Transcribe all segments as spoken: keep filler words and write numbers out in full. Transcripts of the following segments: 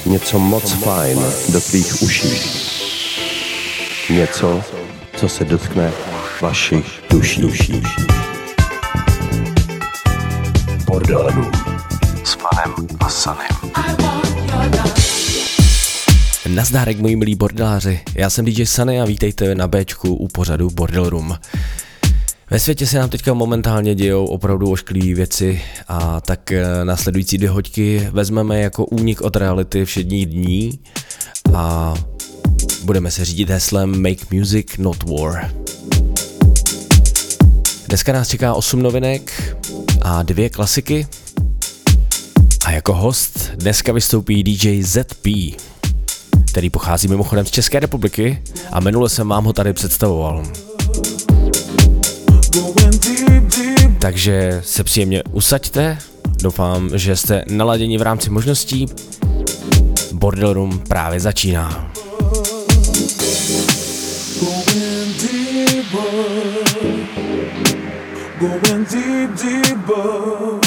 něco moc fajn do tvých uší. Něco, co se dotkne vašich duší. duší. Bordel Room s Fanem a Sanem. Nazdárek, moji milí bordeláři, já jsem D J Sunny a vítejte na Bčku u pořadu Bordel Room. Ve světě se nám teďka momentálně dějou opravdu ošklivé věci a tak následující dvě hoďky vezmeme jako únik od reality všedních dní a budeme se řídit heslem Make Music Not War. Dneska nás čeká osm novinek a dvě klasiky a jako host dneska vystoupí D J Z P, který pochází mimochodem z České republiky a minule jsem vám ho tady představoval. Takže se příjemně usaďte, doufám, že jste naladěni v rámci možností. Bordel Room právě začíná. Going deep, deeper,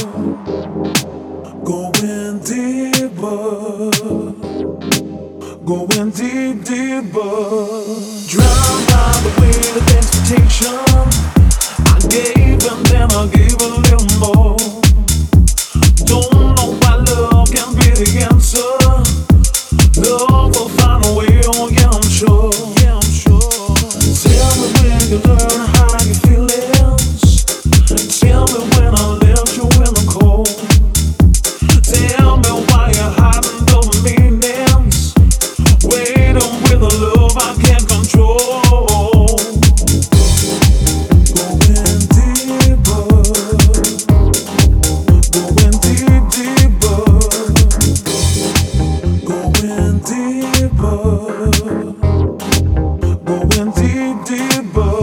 going deeper, going deep, deeper. Drowned by the weight of expectation. I gave and then I gave a little more. Don't know why love can be the answer. Love will find a way, oh yeah I'm sure. Yeah I'm sure. Tell me when you learn how you feel it. Tell me when I left you in the cold. Tell me why you're hiding the meanings. Waiting with a love I can't control. Going deeper, going deep, deeper, going deeper, going deep, deeper.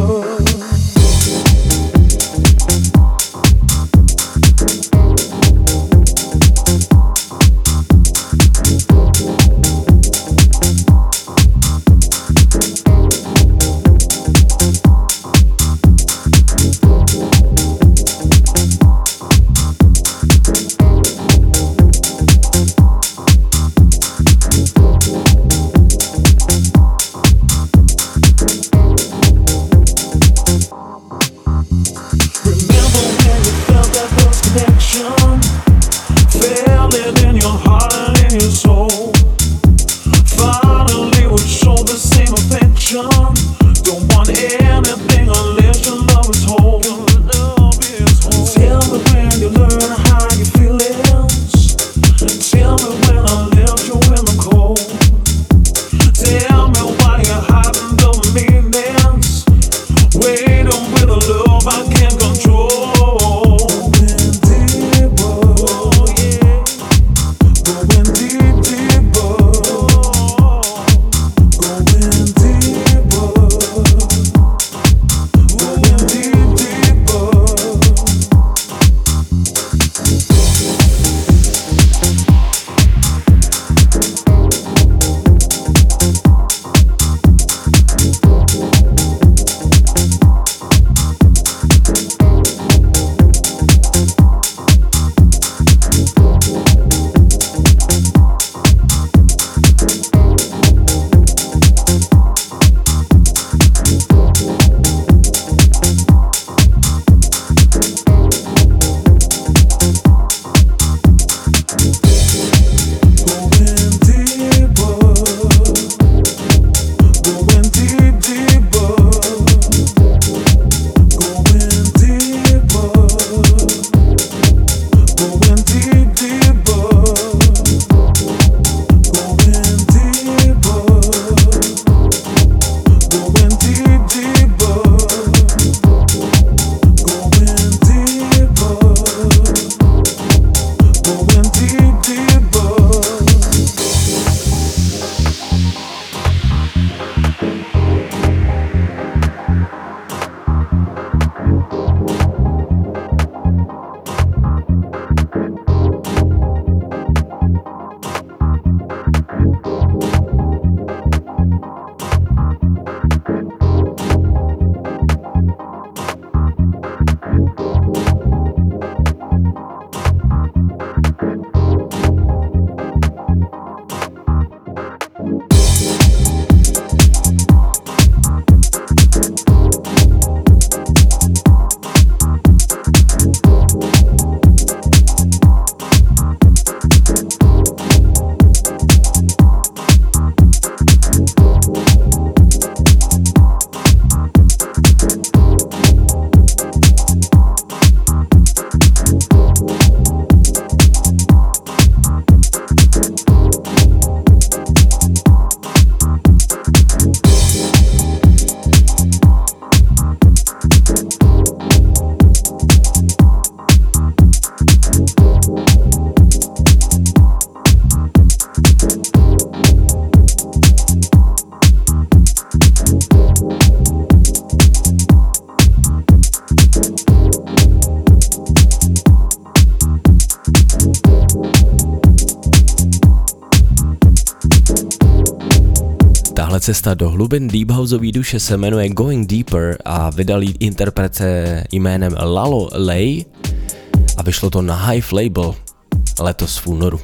Tahle cesta do hlubin deep houseový duše se jmenuje Going Deeper a vydal jí interprete jménem Lalo Lay a vyšlo to na Hive label letos v únoru.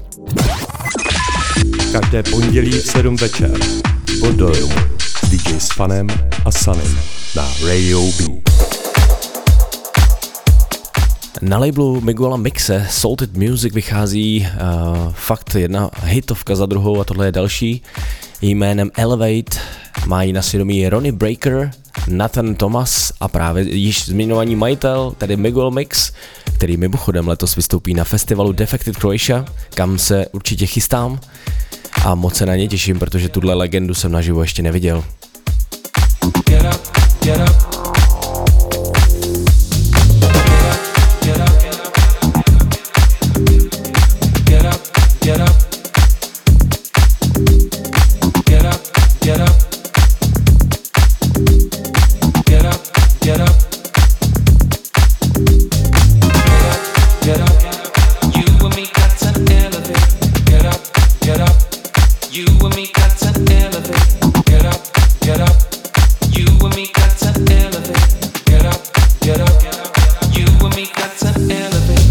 Každé pondělí v sedm večer Bordelů s dý džej Spanem a Sunem na Radio B. Na labelu Miguela Mixe Salted Music vychází uh, fakt jedna hitovka za druhou a tohle je další jménem Elevate. Mají na svědomí Ronnie Breaker, Nathan Thomas a právě již zmiňovaný majitel, tedy Miguel Mix, který mimochodem letos vystoupí na festivalu Defected Croatia, kam se určitě chystám a moc se na ně těším, protože tuhle legendu jsem naživo ještě neviděl. Get up, get up. Get up, get up, get up, get up, get up, get up, get up. You and me got to elevate. Get up, get up. You and me got to elevate. Get up, get up. You and me got to elevate. Get up, get up. You and me got to elevate.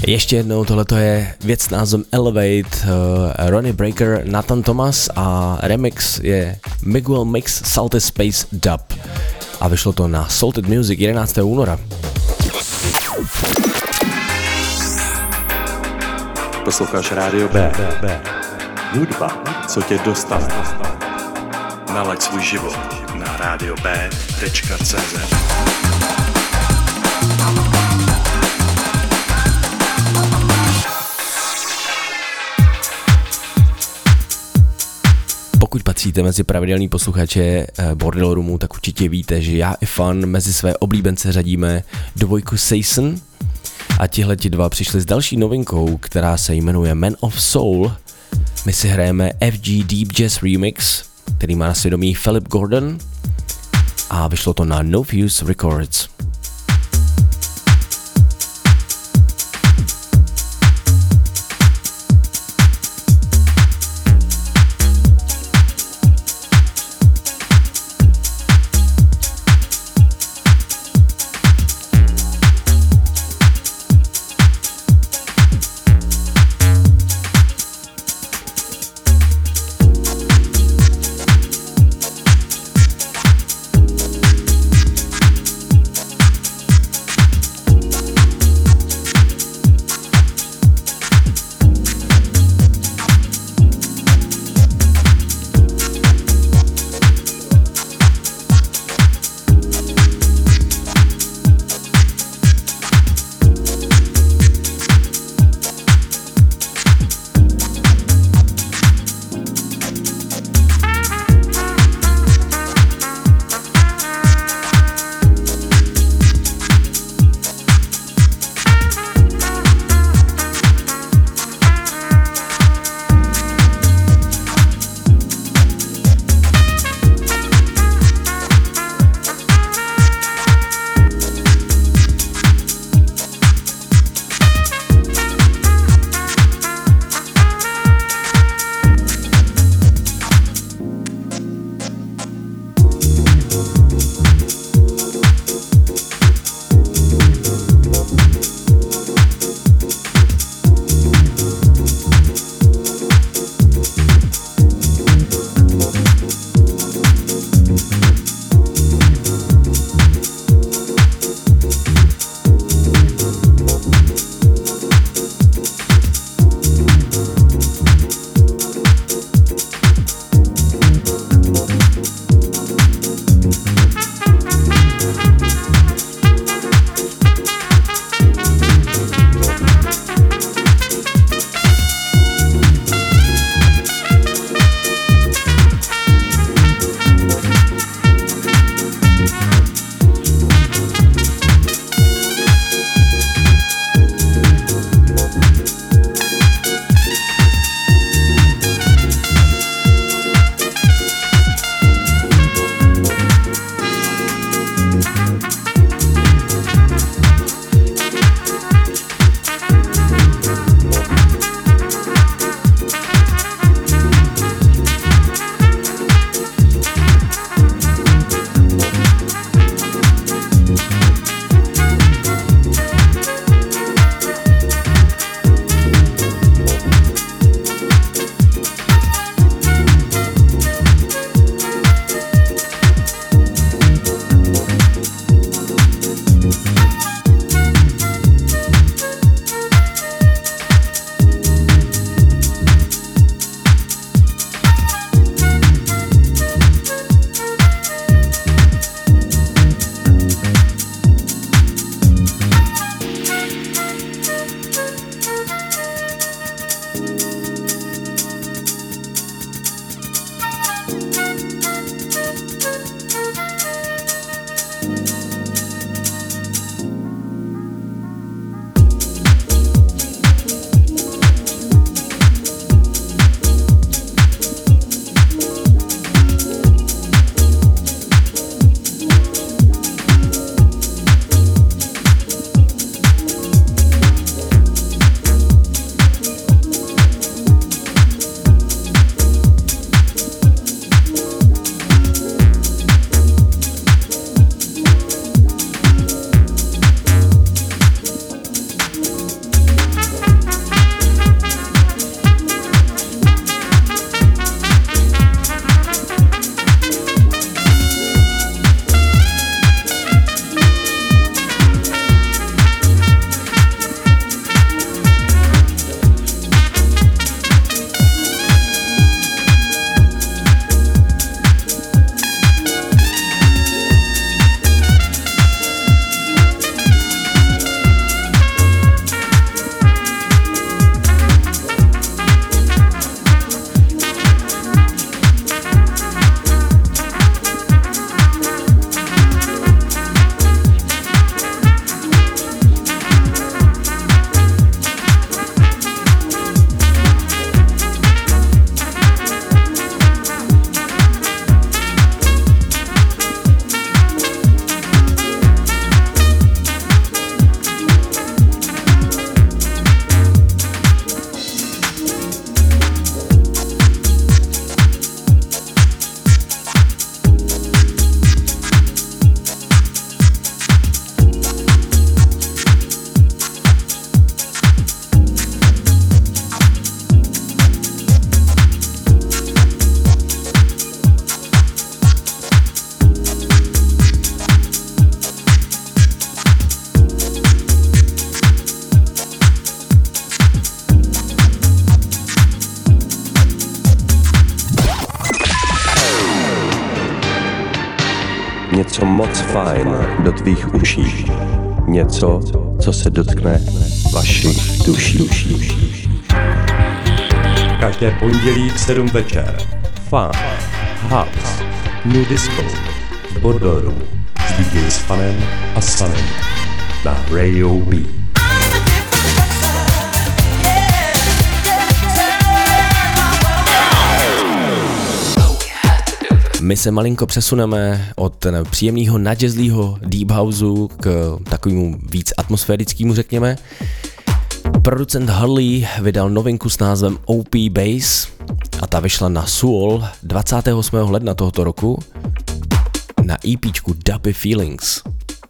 Ještě jednou, tohleto je věc s názvem Elevate, uh, Ronnie Breaker, Nathan Thomas a remix je Miguel Mix Salted Space Dub. A vyšlo to na Salted Music jedenáctého února. Posloucháš Rádio B. Hudba, co tě dostane. Nalaď svůj život na rádio b tečka cé zet. Pokud patříte mezi pravidelní posluchače Bordel Roomu, tak určitě víte, že já i Fan mezi své oblíbence řadíme dvojku Saison a tihleti dva přišli s další novinkou, která se jmenuje Man of Soul. My si hrajeme F G Deep Jazz Remix, který má na svědomí Philip Gordon a vyšlo to na No Fuse Records. něco moc fajn do tvých uší. Něco, co se dotkne vašich duší. Každé pondělí v sedm večer. Fun, house, new disco, Bordel Room s dý džej Fanem a Sanem na Radio B. My se malinko přesuneme od příjemného nadjazzlýho deep houseu k takovému víc atmosférickému, řekněme. Producent Hurley vydal novinku s názvem O P Bass a ta vyšla na Soul dvacátého osmého ledna tohoto roku na EPčku Dubby Feelings.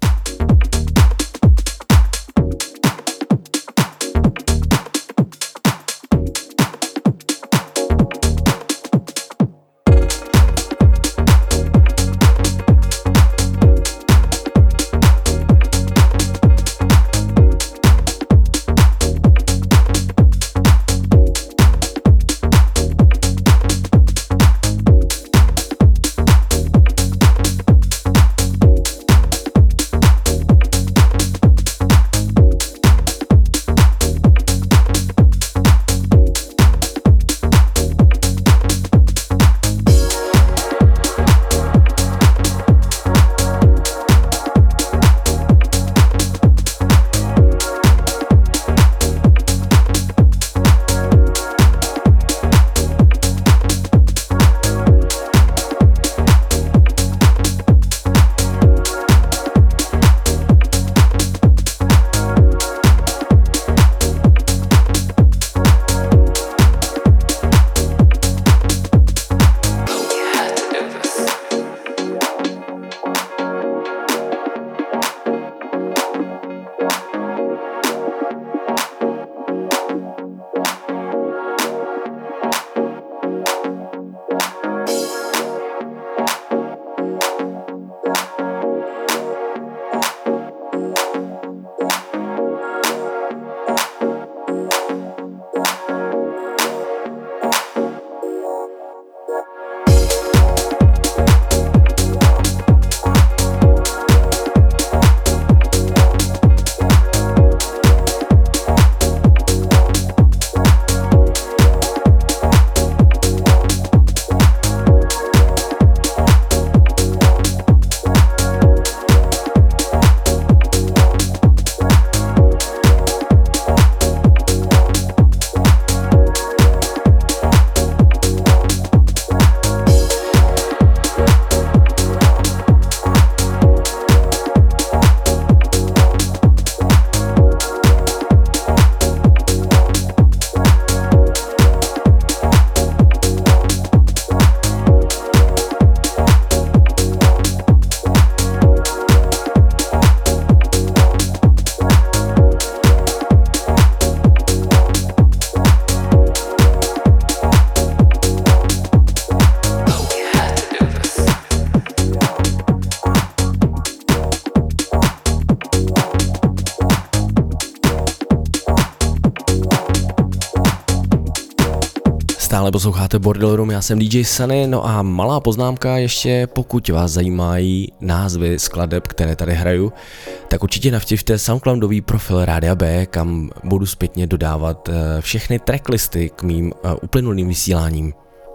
Stále posloucháte Bordel Room, já jsem dý džej Sunny, no a malá poznámka ještě, pokud vás zajímají názvy skladeb, které tady hraju, tak určitě navštivte Soundcloudový profil Rádia B, kam budu zpětně dodávat všechny tracklisty k mým uplynulým vysíláním.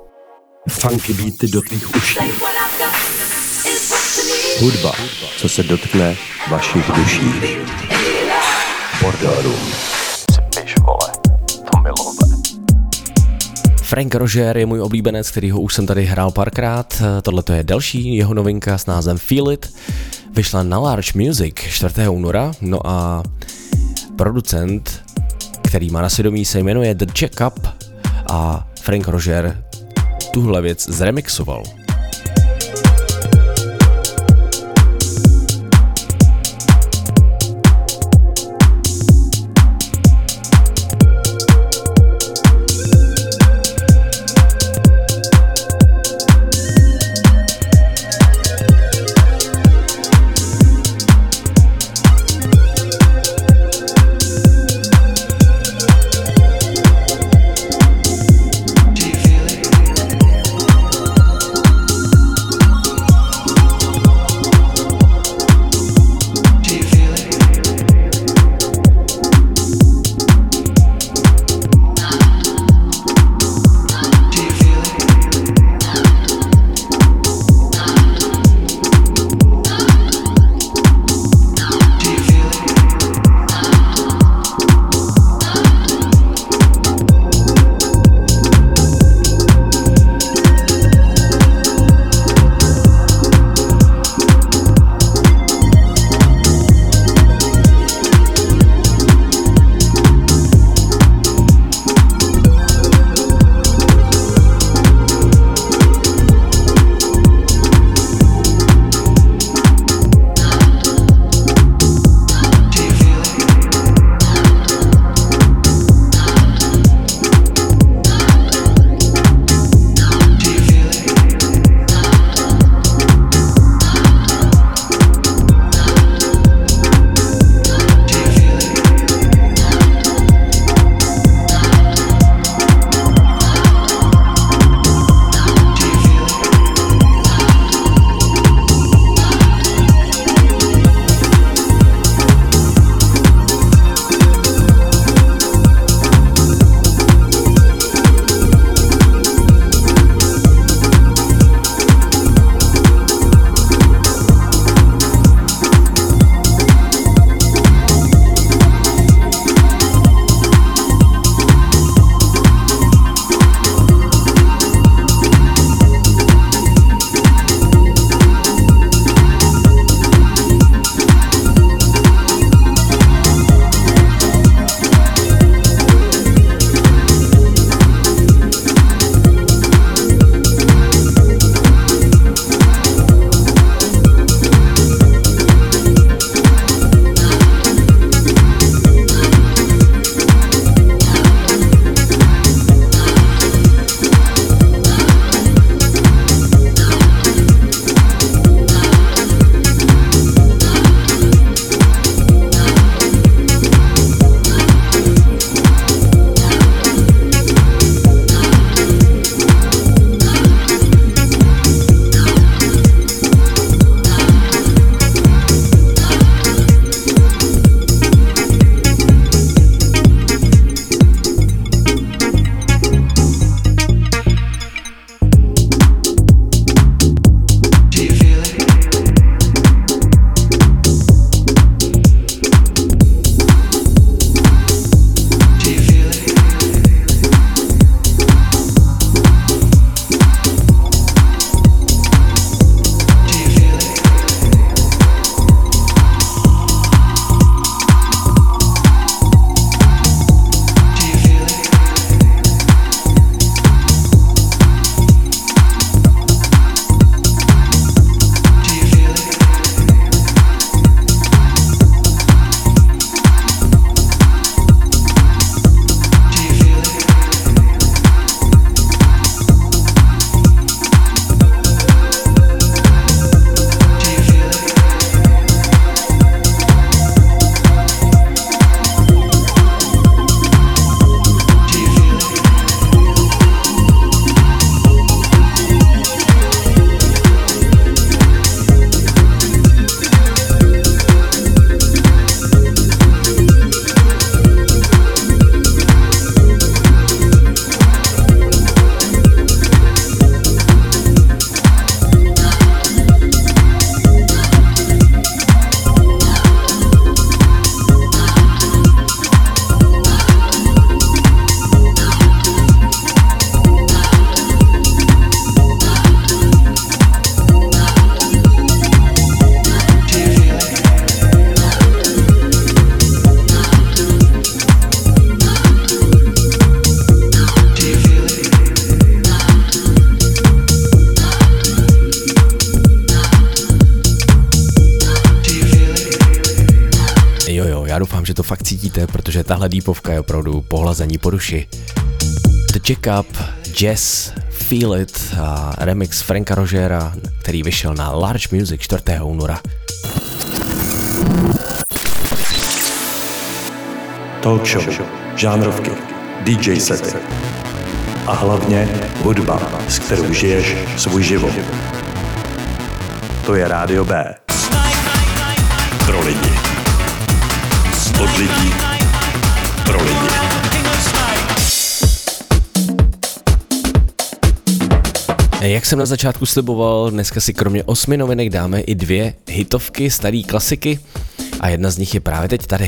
Funky beaty do tvých uší. Hudba, co se dotkne vašich duší. Bordel Room. Piš, vole, to milové. Frank Roger je můj oblíbenec, kterýho už jsem tady hrál párkrát. Tohle je další jeho novinka s názvem Feel It. Vyšla na Large Music čtvrtého února, no a producent, který má na svědomí, se jmenuje The Check Up a Frank Roger tuhle věc zremixoval. doufám, že to fakt cítíte, protože tahle deepovka je opravdu pohlazení po duši. The Jack Up, Jazz, Feel It a remix Franka Rogera, který vyšel na Large Music čtvrtého února. Talk show, žánrovky, D J sety a hlavně hudba, s kterou žiješ svůj život. To je Rádio B. Pro lidi. Od lidí. Pro lidi. Jak jsem na začátku sliboval, dneska si kromě osmi novinek dáme i dvě hitovky, staré klasiky a jedna z nich je právě teď tady.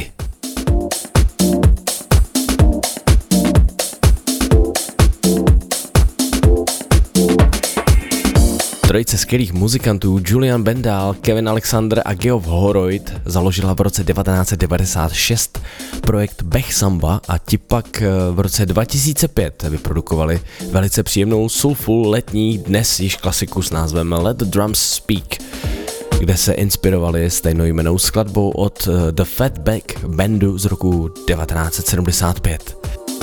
Trojice skvělých muzikantů Julian Bendal, Kevin Alexander a Geoff Holroyd založila v roce devatenáct set devadesát šest projekt Bech Samba a ti pak v roce dva tisíce pět vyprodukovali velice příjemnou soulful letní dnes již klasiku s názvem Let the Drums Speak, kde se inspirovali stejnojmennou skladbou od The Fatback Bandu z roku devatenáct set sedmdesát pět.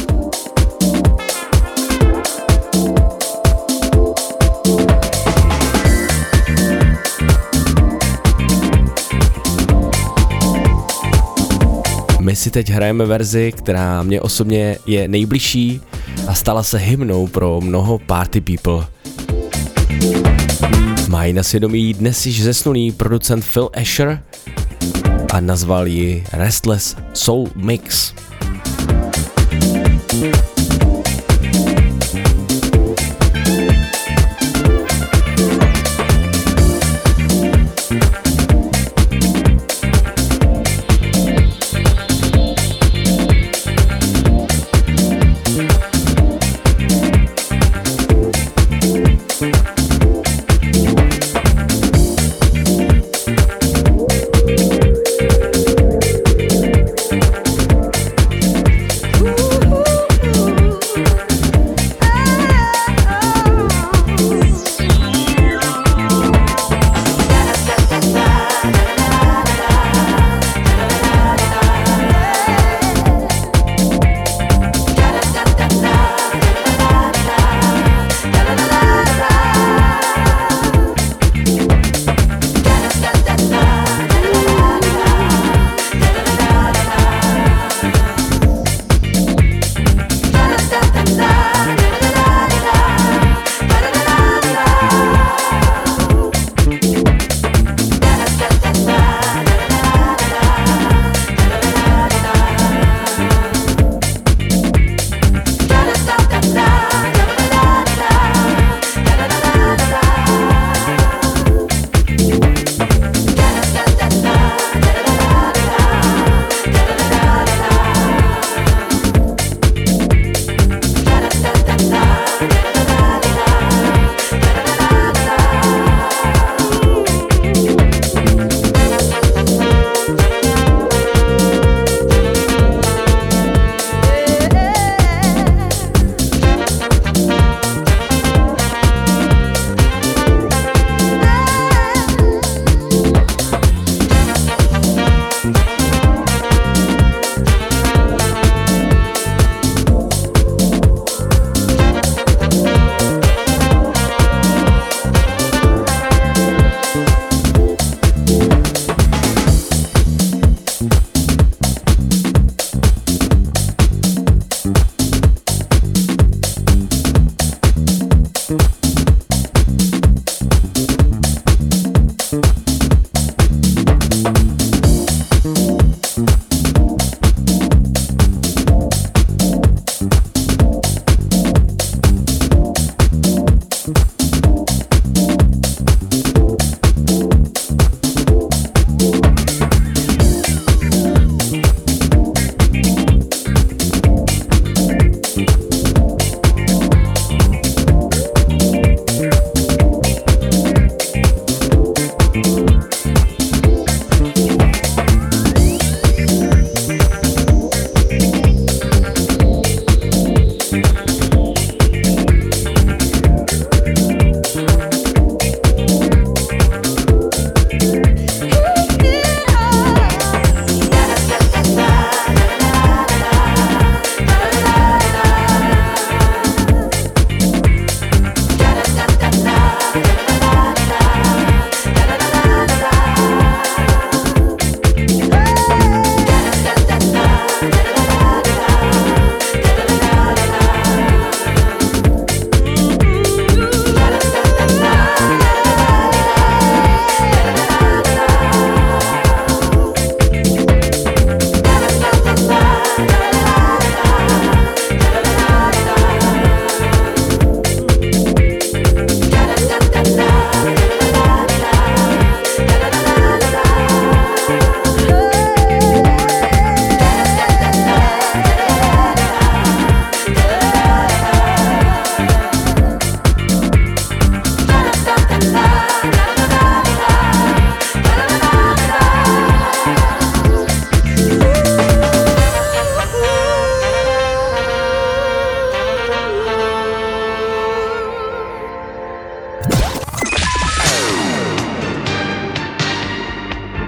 My si teď hrajeme verzi, která mě osobně je nejbližší a stala se hymnou pro mnoho party people. Mají na svědomí dnes již zesnulý producent Phil Asher a nazval ji Restless Soul Mix. Ooh.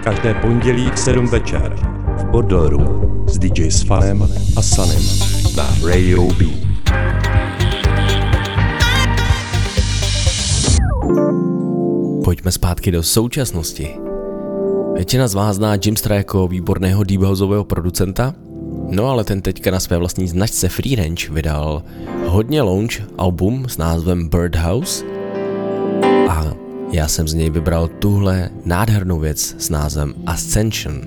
Každé pondělí v sedm večer v Bordel Room s dý džej Svanem a Sanem na Radio B. Pojďme zpátky do současnosti. Většina z vás zná Jimstra jako výborného deep houseového producenta, no ale ten teďka na své vlastní značce Free Range vydal hodně lounge album s názvem Birdhouse a já jsem z něj vybral tuhle nádhernou věc s názvem Ascension.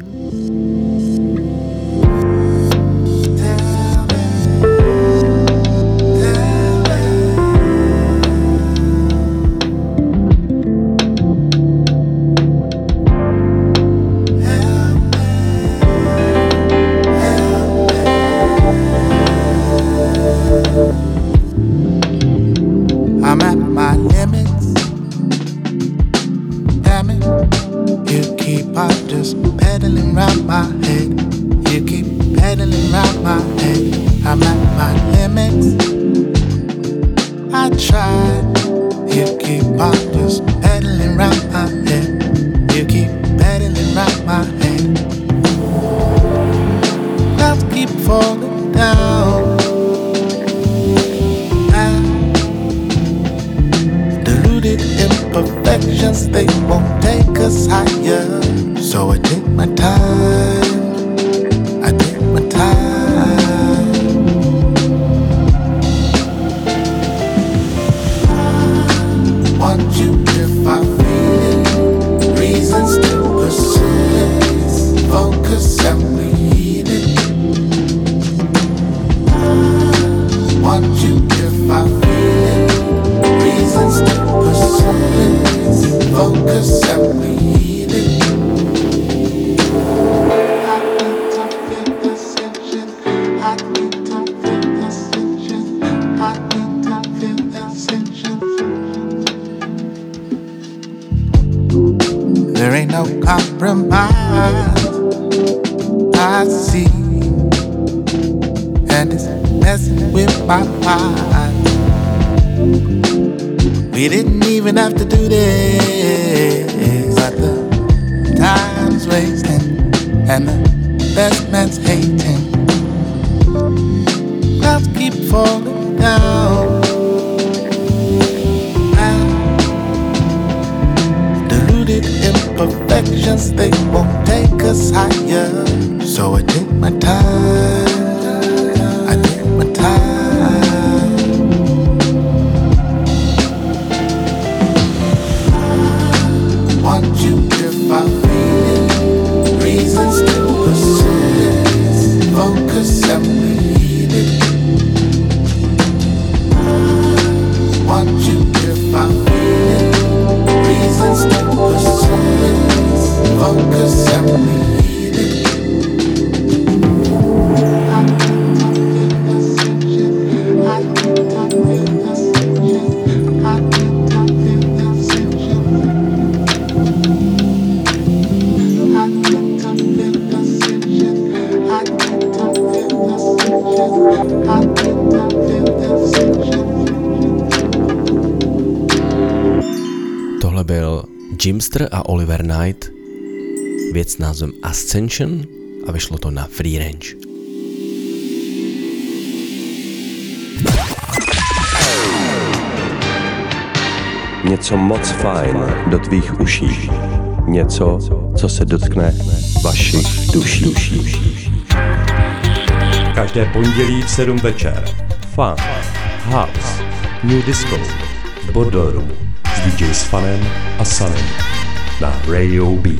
Jimster a Oliver Knight, věc s názvem Ascension a vyšlo to na Free Range. Něco moc fajn do tvých uší. Něco, co se dotkne vašich duší. Každé pondělí v sedm večer Fun, House, New Disco v Bordel Room s dý džej Svanem a Sanem na Radio B.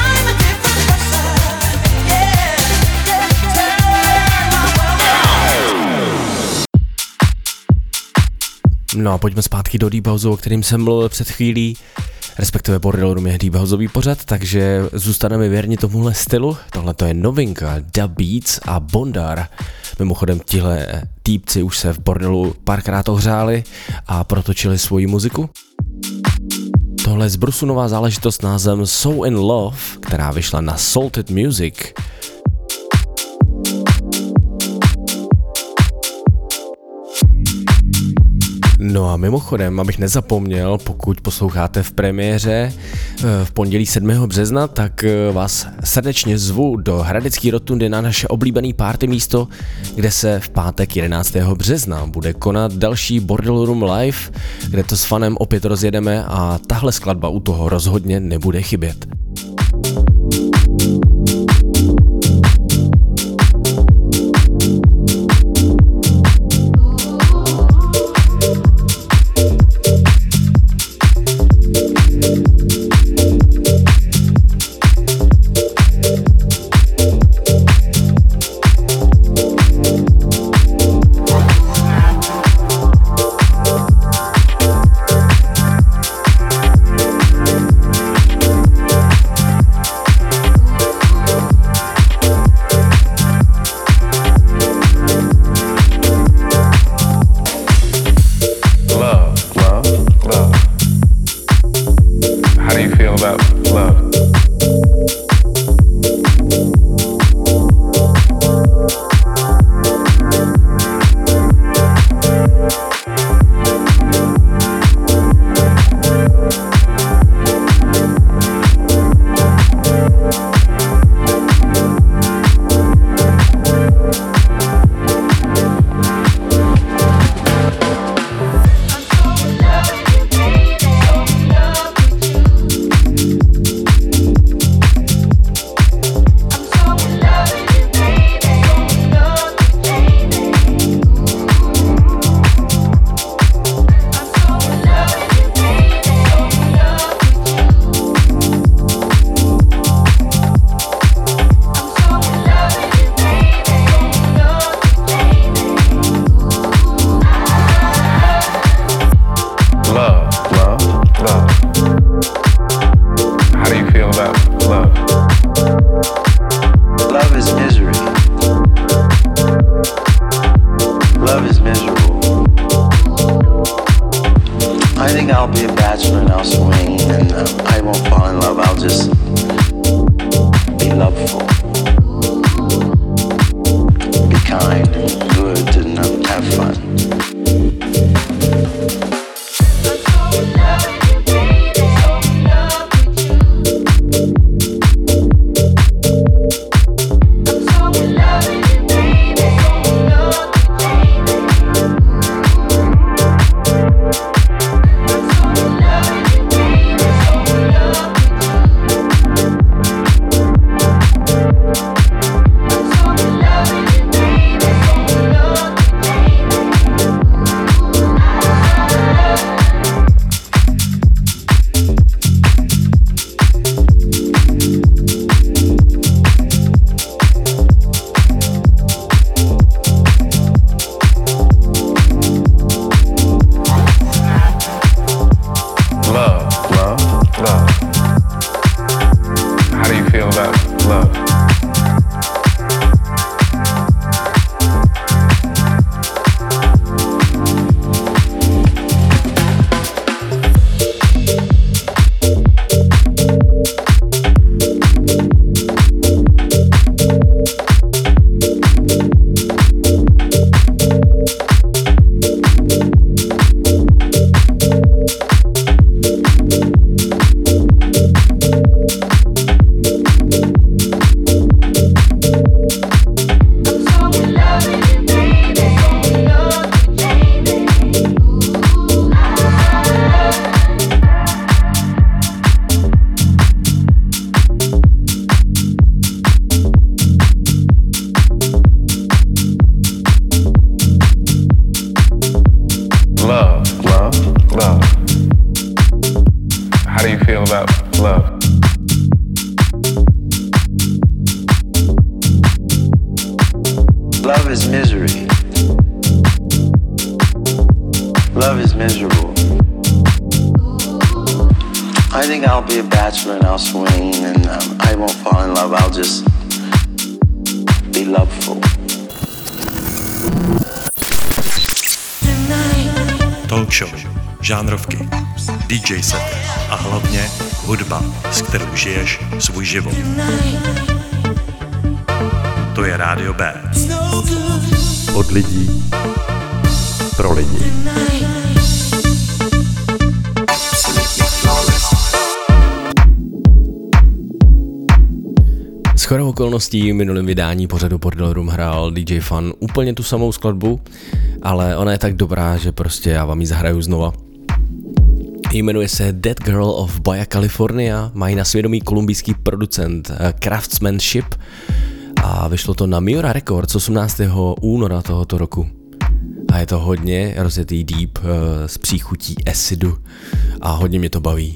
No a pojďme zpátky do Deep Houseu, o kterým jsem mluvil před chvílí, respektive Bordel Room je Deep Houseový pořad, takže zůstaneme věrni tomuhle stylu. Tohle to je novinka Dub Beats a Bondar. Mimochodem tihle týpci už se v Bordelu párkrát ohřáli a protočili svoji muziku. Tohle je z Brusu nová záležitost s názvem So in Love, která vyšla na Salted Music. No a mimochodem, abych nezapomněl, pokud posloucháte v premiéře v pondělí sedmého března, tak vás srdečně zvu do Hradecké rotundy na naše oblíbené party místo, kde se v pátek jedenáctého března bude konat další Bordel Room Live, kde to s fanem opět rozjedeme a tahle skladba u toho rozhodně nebude chybět. I think I'll be a bachelor and I'll swing, and um, I won't fall in love, I'll just be loveful. Talk show, žánrovky, dý džej sety a hlavně hudba, s kterou žiješ svůj život. To je Rádio B. Od lidí pro lidi. Shodou okolností v minulém vydání pořadu Bordel Room hrál D J Fun úplně tu samou skladbu, ale ona je tak dobrá, že prostě já vám ji zahraju znova. Jmenuje se Dead Girl of Baja California, mají na svědomí kolumbijský producent Craftsmanship a vyšlo to na Miura Records osmnáctého února tohoto roku. A je to hodně rozjetý deep s příchutí acidu a hodně mě to baví.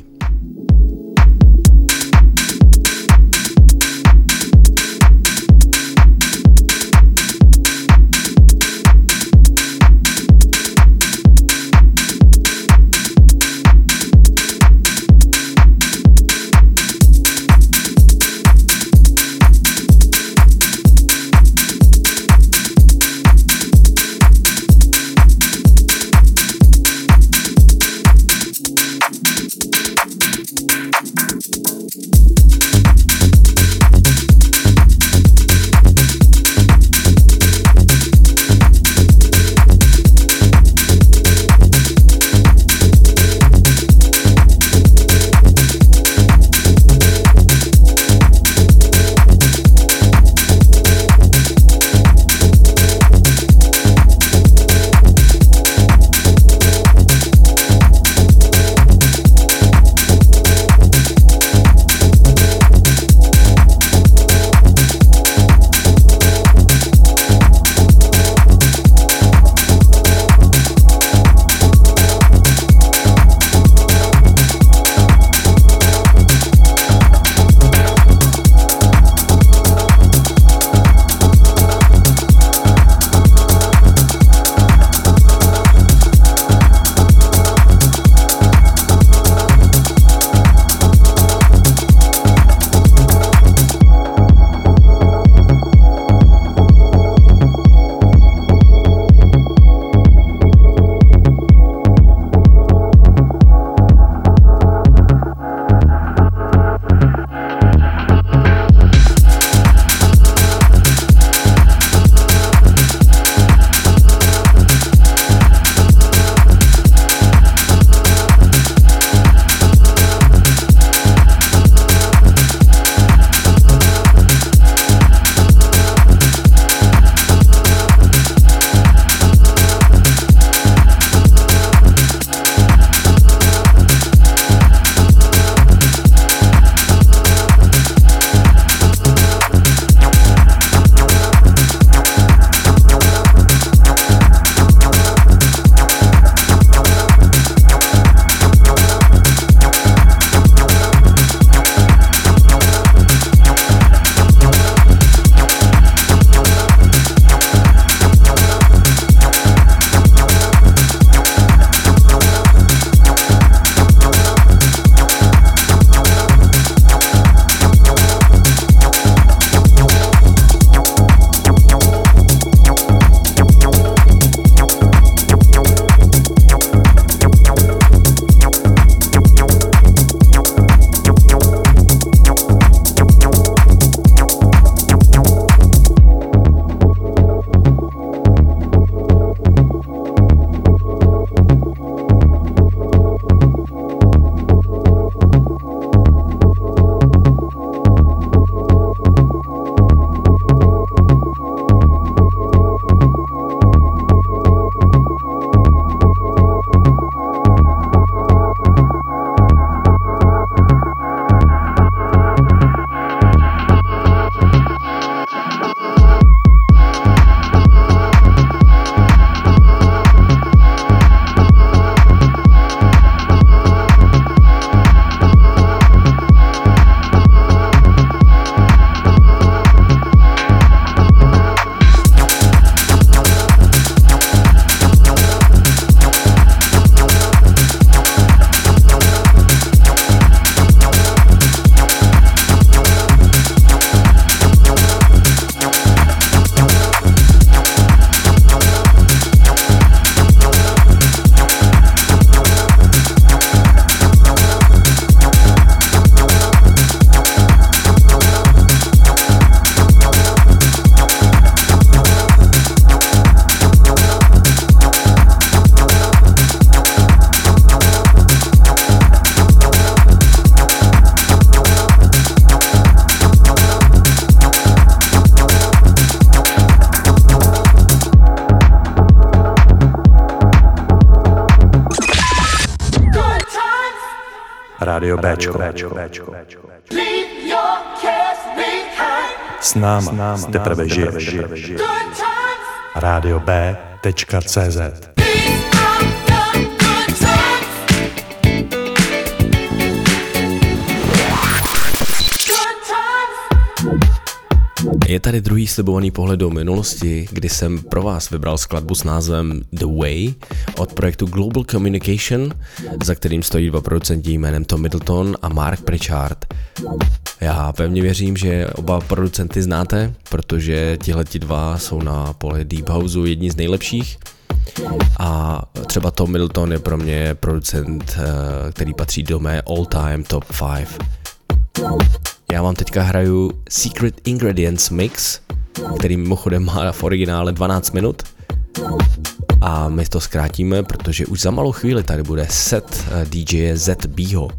Rádio Béčko. S náma teprve žiješ. Rádio B tečka cé zet. Je tady druhý slibovaný pohled do minulosti, kdy jsem pro vás vybral skladbu s názvem The Way od projektu Global Communication, za kterým stojí dva producenti jménem Tom Middleton a Mark Pritchard. Já pevně věřím, že oba producenty znáte, protože tihleti dva jsou na poli Deep Houseu jedni z nejlepších. A třeba Tom Middleton je pro mě producent, který patří do mé all-time top pět. Já vám teďka hraju Secret Ingredients Mix, který mimochodem má v originále dvanáct minut. A my to zkrátíme, protože už za malou chvíli tady bude set D J Z Bho.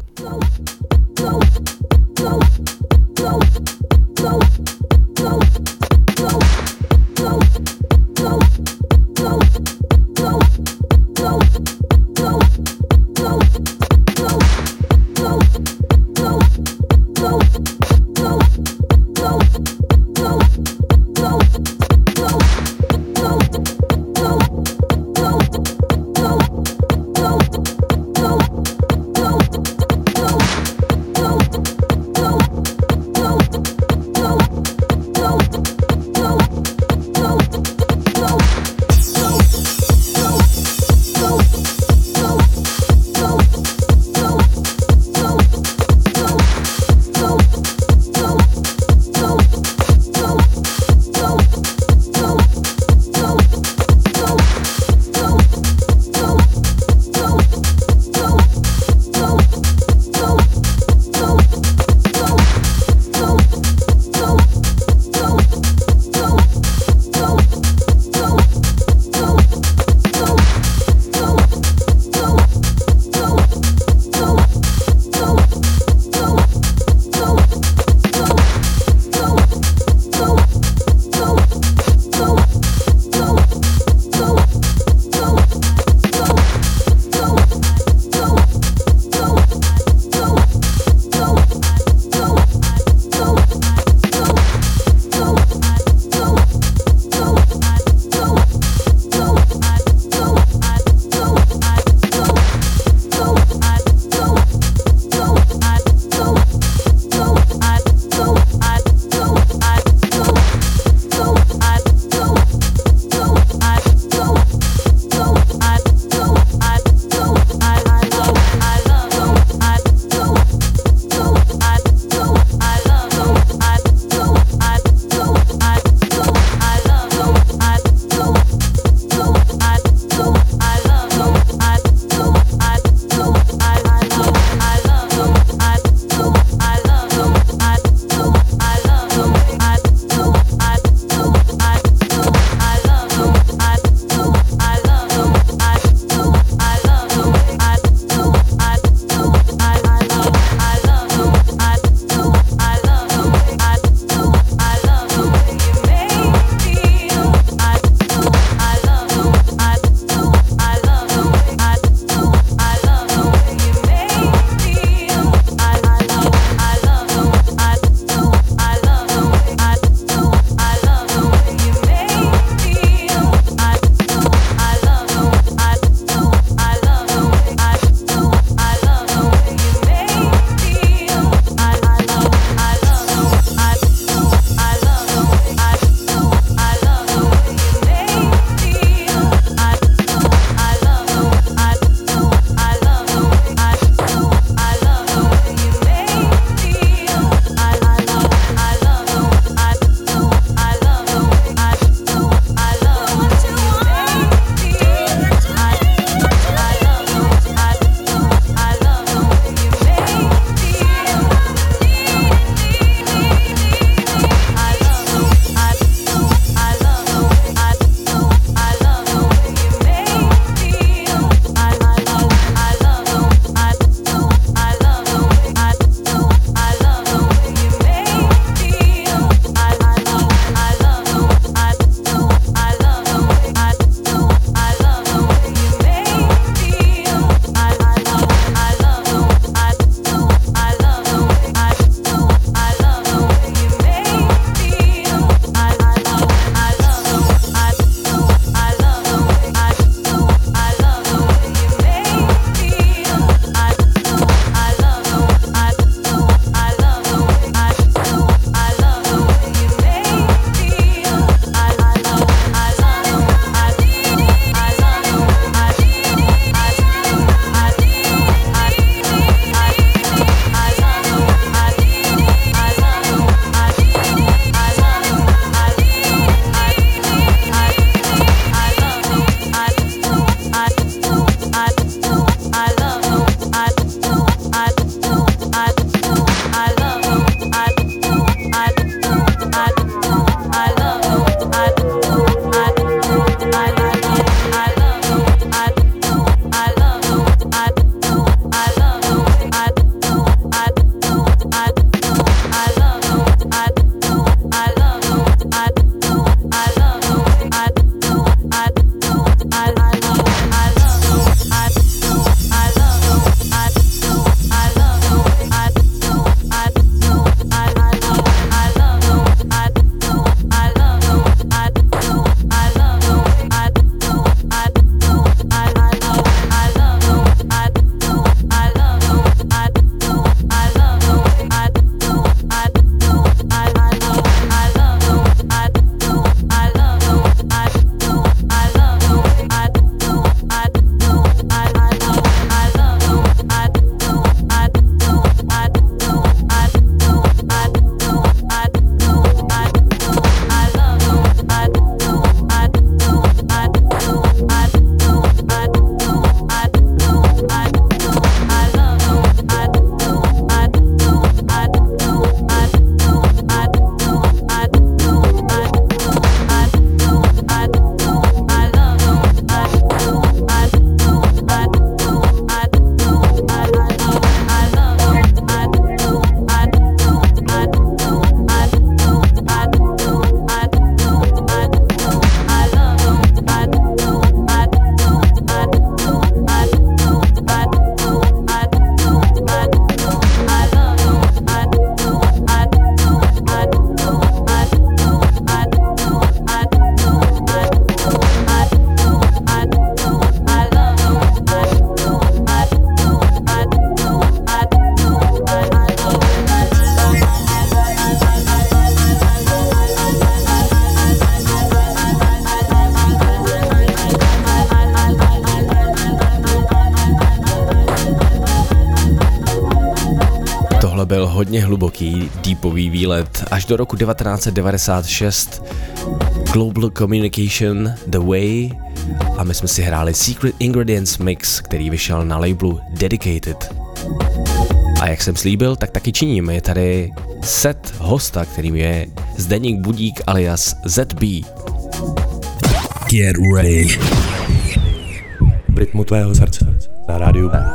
byl hodně hluboký, deepový výlet až do roku devatenáct set devadesát šest. Global Communication, The Way a my jsme si hráli Secret Ingredients Mix, který vyšel na labelu Dedicated. A jak jsem slíbil, tak taky činím. Je tady set hosta, kterým je Zdeněk Budík alias Z B. Get ready. V rytmu tvého srdce na rádiu B.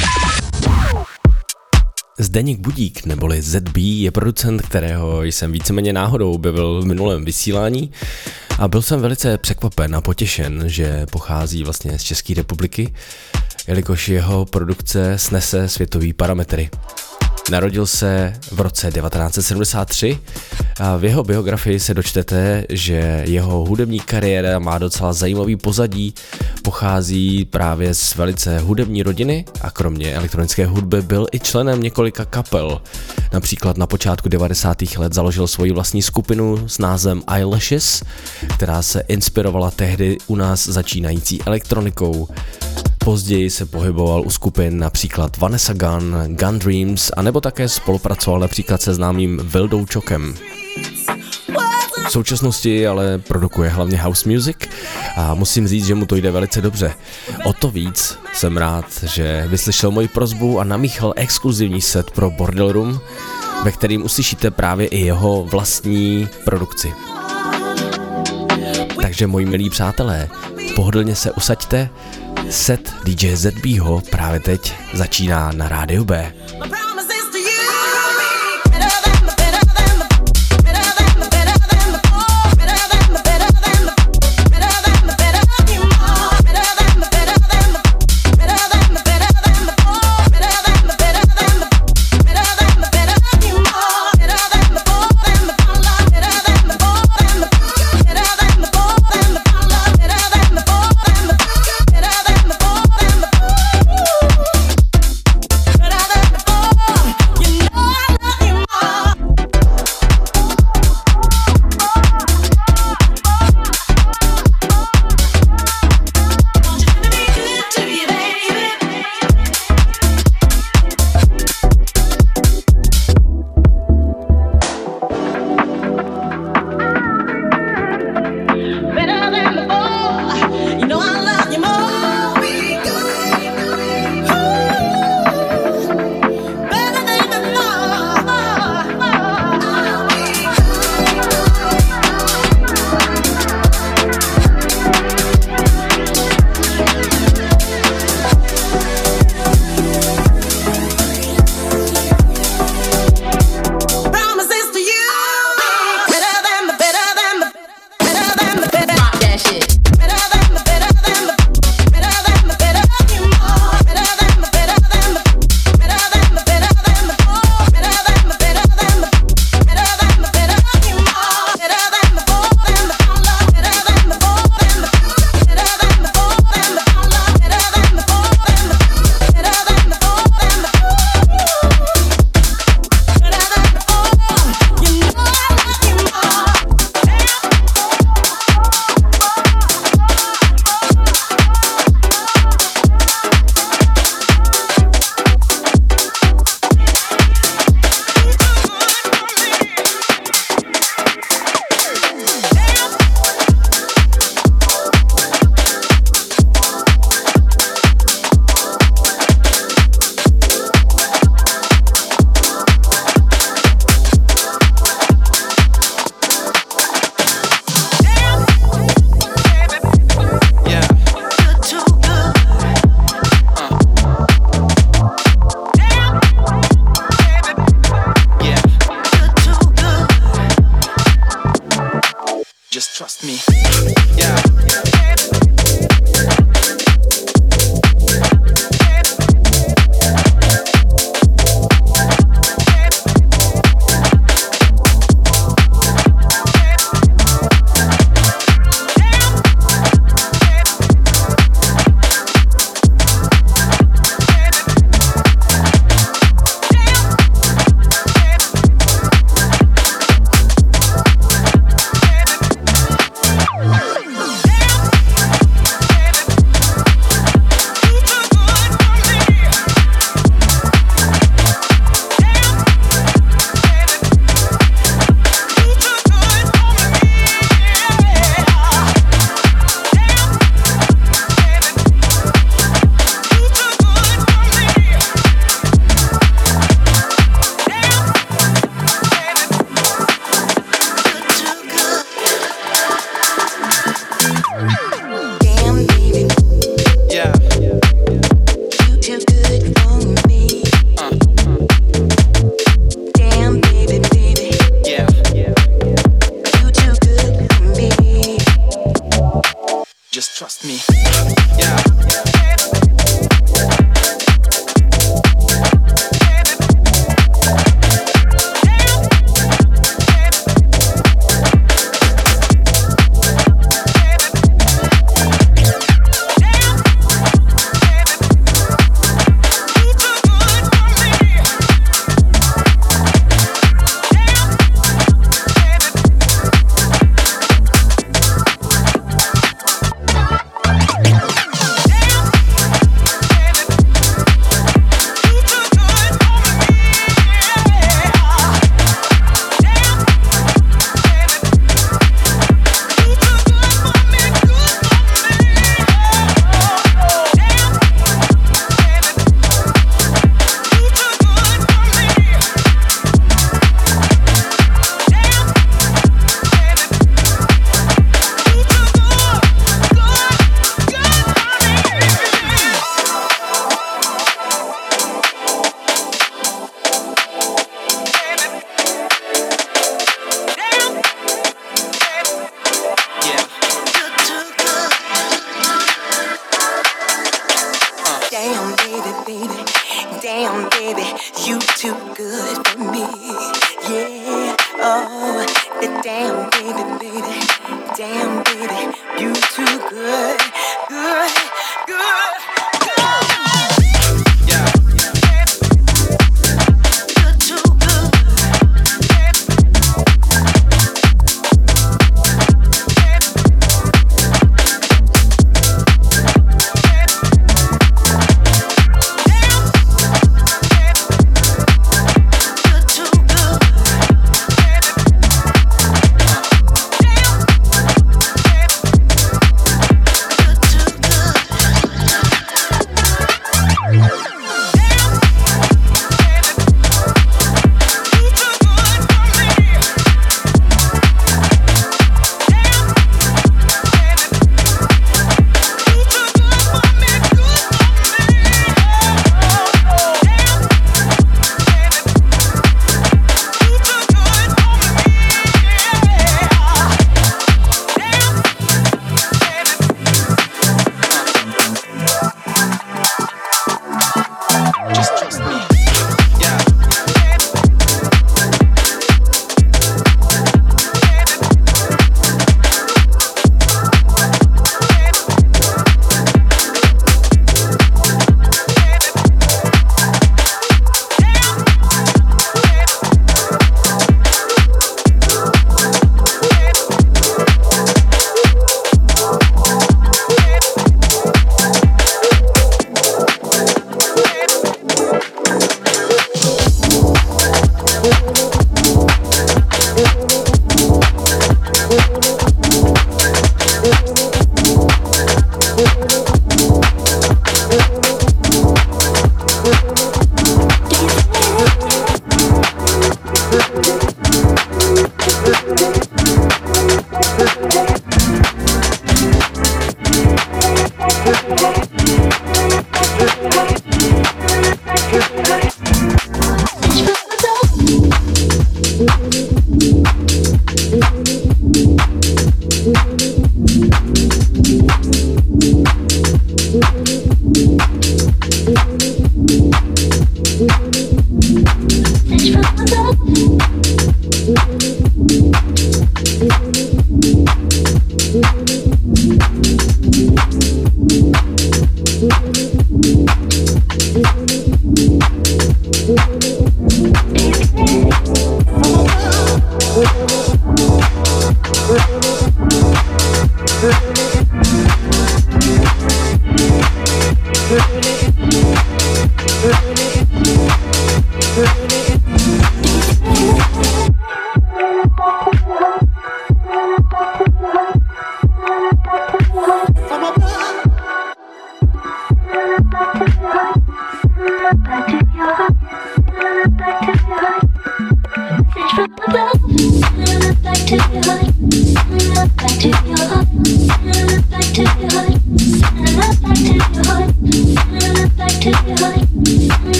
Zdeněk Budík, neboli Z B, je producent, kterého jsem víceméně náhodou objevil v minulém vysílání a byl jsem velice překvapen a potěšen, že pochází vlastně z České republiky, jelikož jeho produkce snese světový parametry. Narodil se v roce devatenáct set sedmdesát tři a v jeho biografii se dočtete, že jeho hudební kariéra má docela zajímavý pozadí, pochází právě z velice hudební rodiny a kromě elektronické hudby byl i členem několika kapel. Například na počátku devadesátých let založil svoji vlastní skupinu s názvem Eyelashes, která se inspirovala tehdy u nás začínající elektronikou. Později se pohyboval u skupin například Vanessa Gun, Gun Dreams a nebo také spolupracoval například se známým Vildou Čokem. V současnosti ale produkuje hlavně house music a musím říct, že mu to jde velice dobře. O to víc jsem rád, že vyslyšel moji prosbu a namíchal exkluzivní set pro Bordel Room, ve kterým uslyšíte právě i jeho vlastní produkci. Takže moji milí přátelé, pohodlně se usaďte, set D J Z B ho právě teď začíná na rádiu B. Better than trust me. Yeah.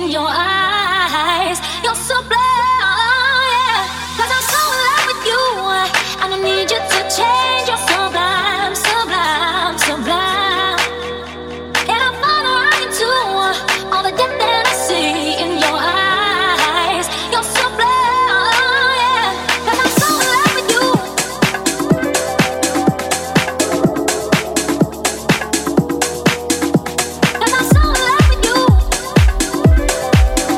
in your eyes. You're so blind, yeah. 'Cause I'm so in love with you. I don't need you to change. You're sublime, sublime, sublime. And I'm fine around too. All the depth that I see in your eyes. You're so blind, yeah. 'Cause I'm so in love with you. Cause I'm so in love with you.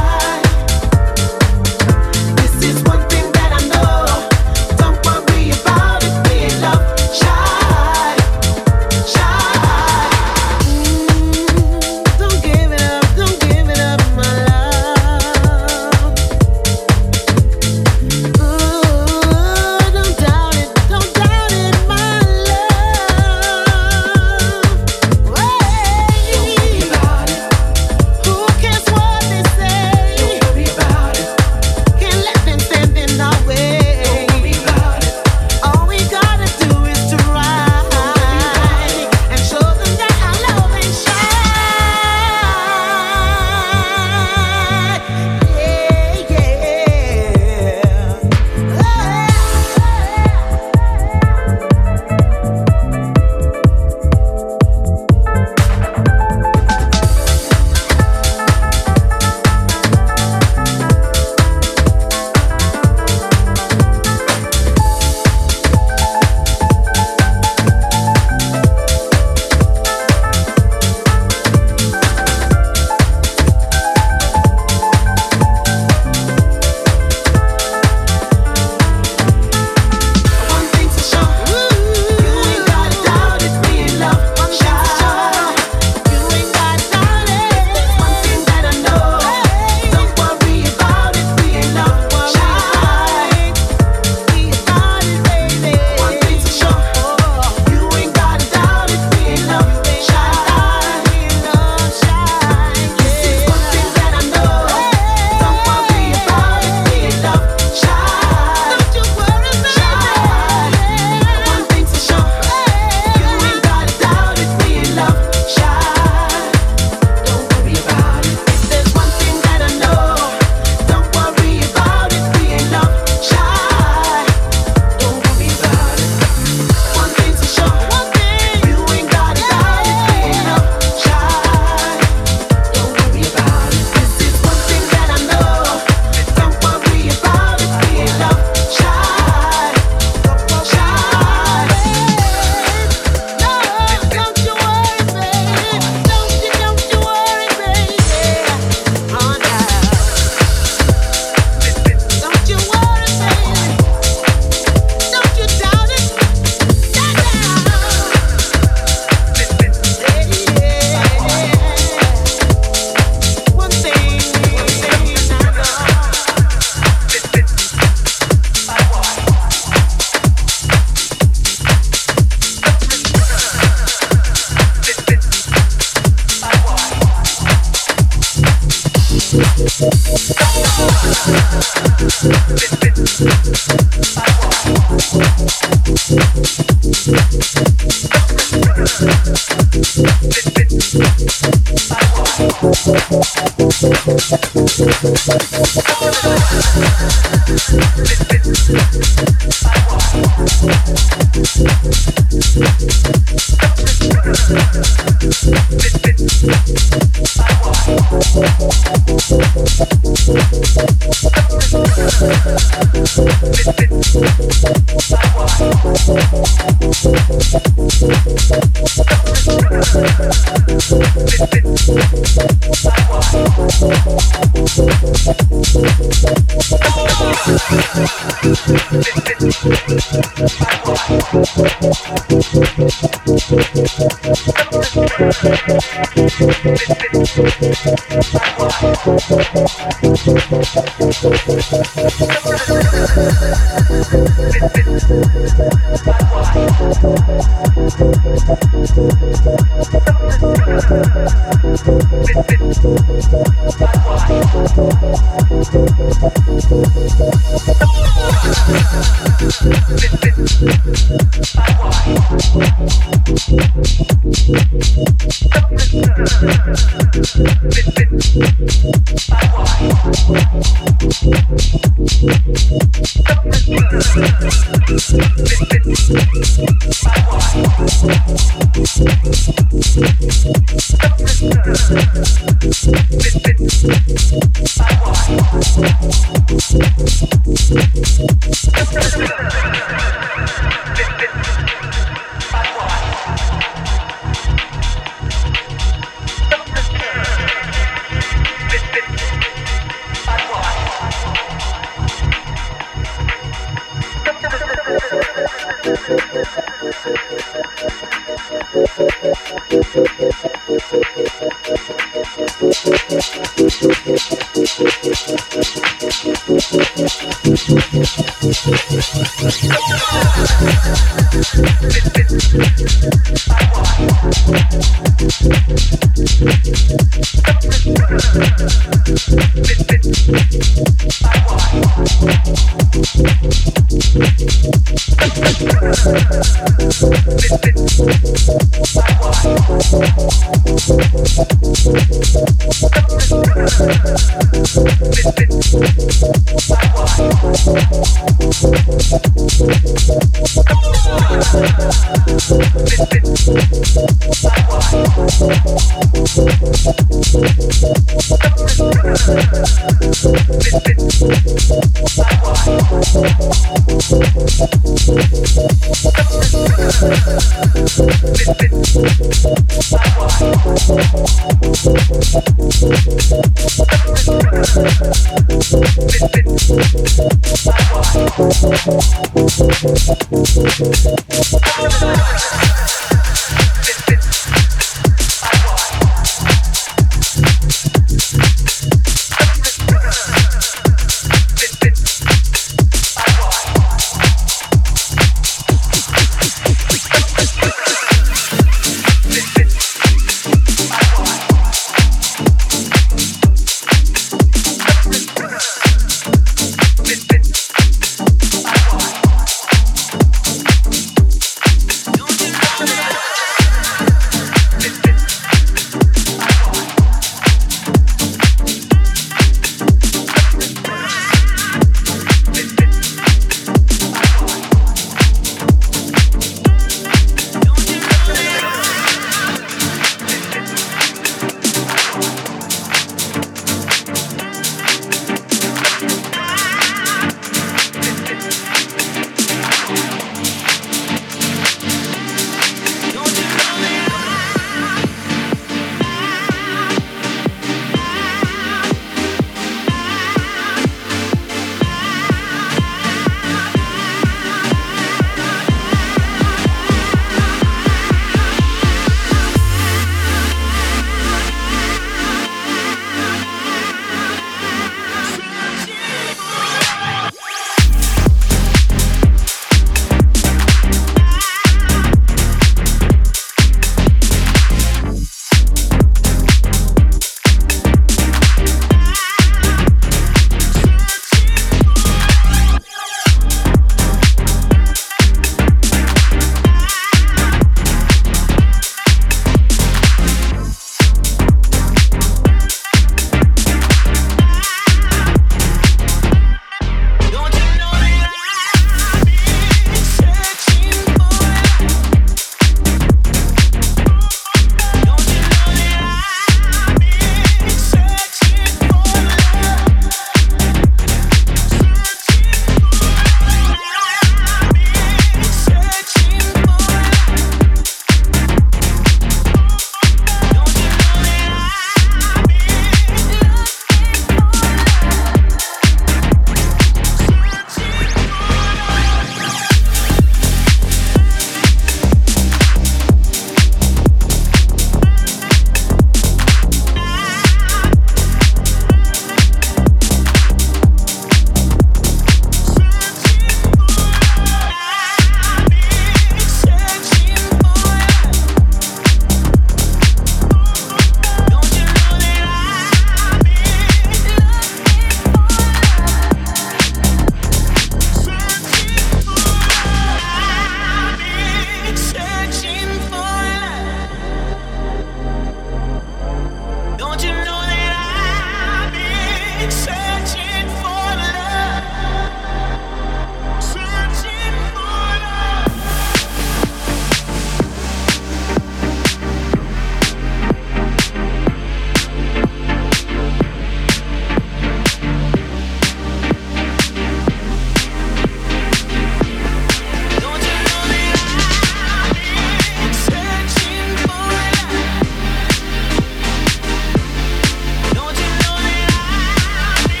Don't you know that I've been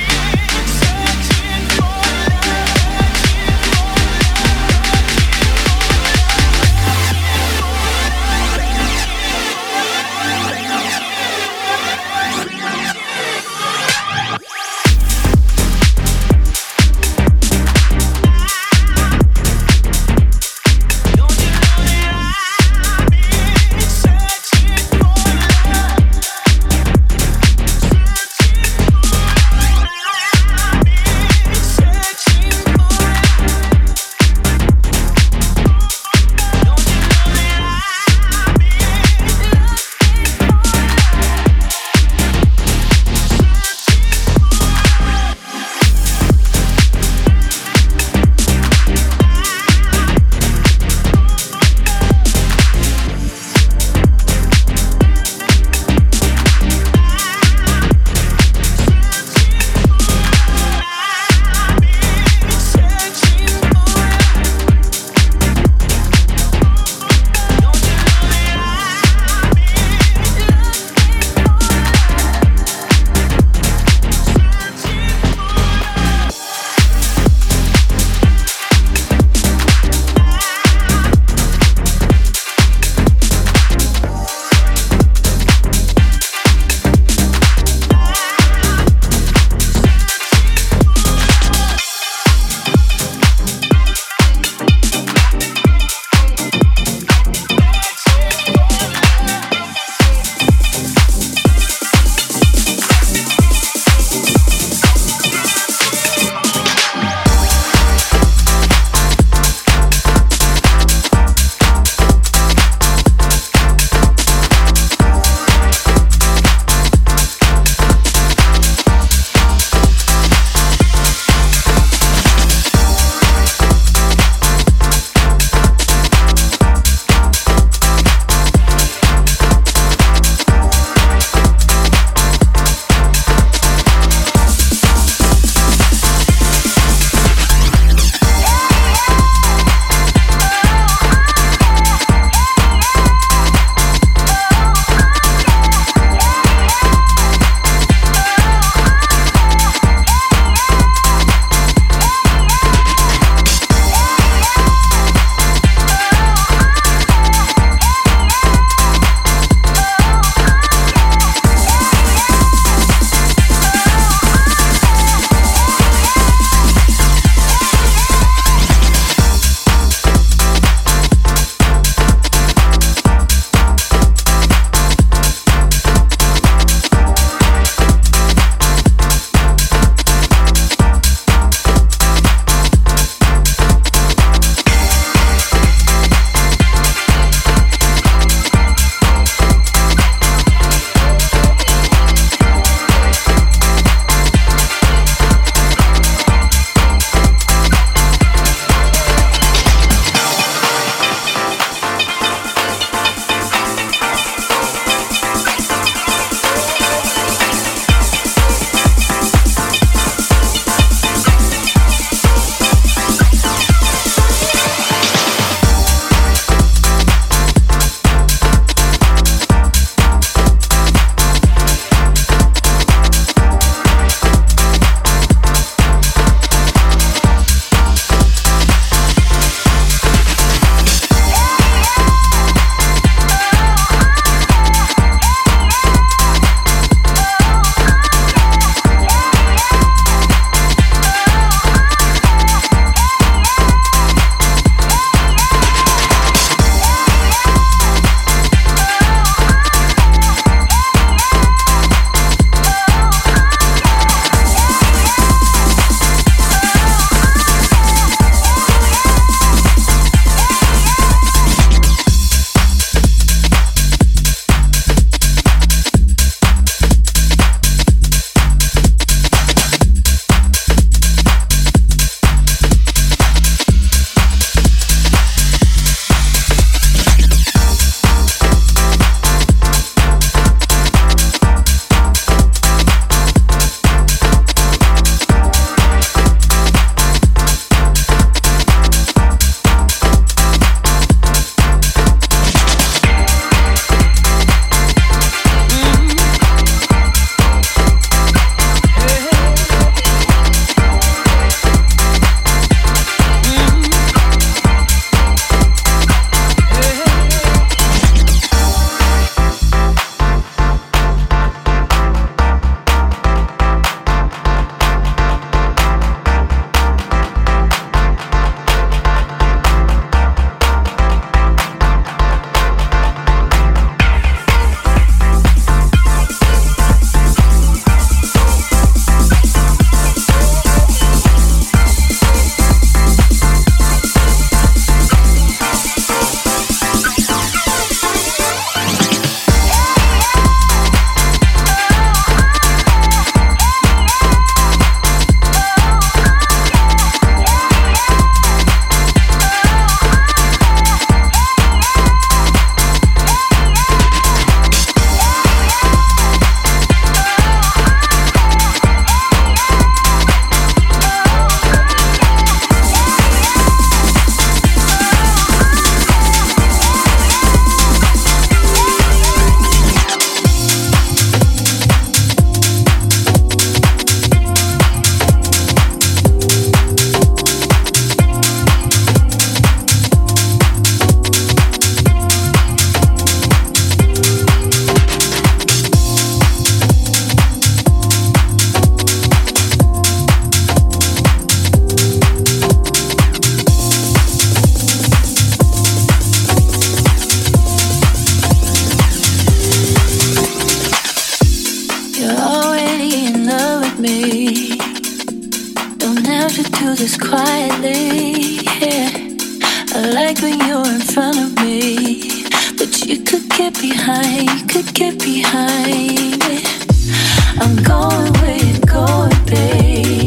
do this quietly. Yeah, I like when you're in front of me, but you could get behind, you could get behind me. I'm going where you're going, babe.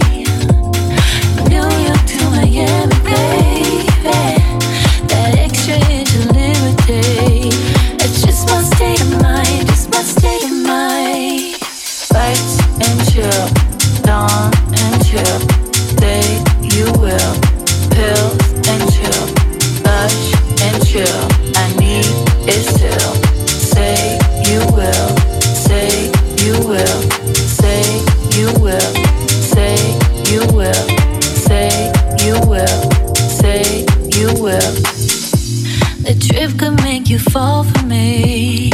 New York to Miami, baby. That extra inch of liberty. It's just my state of mind, just my state of mind. Bites and chill, dawn and chill. Say you will, pills and chill, lush and chill. I need it still. Say you will, say you will, say you will, say you will, say you will, say you will. The trip could make you fall for me.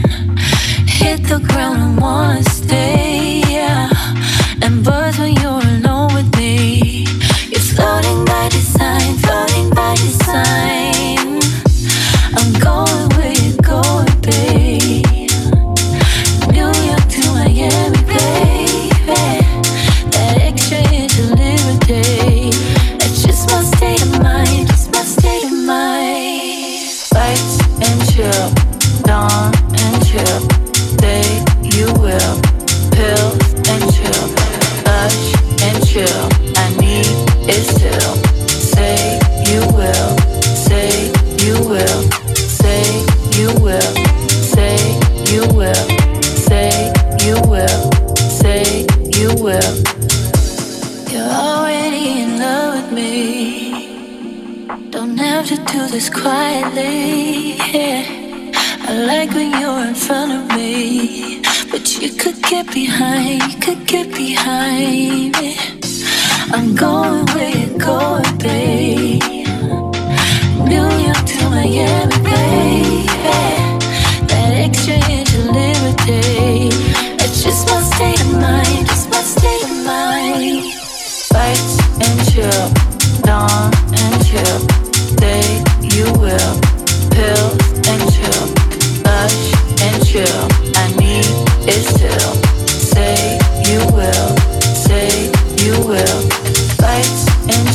Hit the ground and wanna stay, yeah. And buzz when you're alone with me. You're floating by design, floating by design. I'm going where you're going, babe. New York to Miami, baby. That extra inch of liberty. That's just my state of mind, just my state of mind. Bites and chill, dawn and chill. Say you will, pills and chill, lush and chill. I need it still. Say you will, say you will, say you will, say you will, say you will, say you will. You're already in love with me. Don't have to do this quietly, yeah. I like when you're in front of me, but you could get behind, you could get behind me. I'm going where you're going, babe. New York to Miami, baby. That extra inch of liberty. It's just my state of mind, just my state of mind. Bites and chill, dawn and chill. Say you will, pills and chill, lush and chill. I need it still. Say you will, say you will. Bites and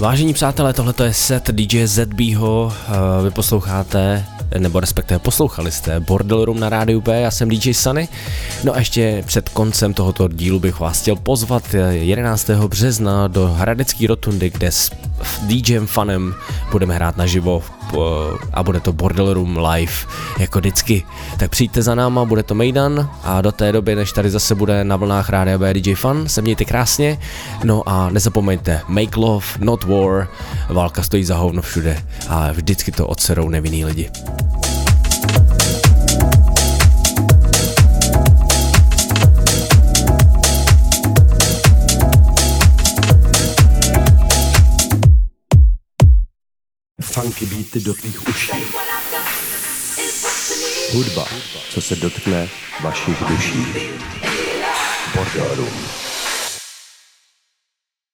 Vážení přátelé, tohle je set D J Z Bho, vy posloucháte, nebo respektive poslouchali jste Bordel Room na rádiu B, já jsem D J Sunny. No a ještě před koncem tohoto dílu bych vás chtěl pozvat jedenáctého března do Hradecké rotundy, kde s DJem Funem budeme hrát naživo a bude to Bordel Room live, jako vždycky. Tak přijďte za náma, bude to mejdan a do té doby, než tady zase bude na vlnách rádia B D J Fun, se mějte krásně. No a nezapomeňte, make love, not war, válka stojí za hovno všude a vždycky to odserou nevinný lidi. Funky beaty do tvých uší. Hudba, co se dotkne vašich duší. Bordel Room.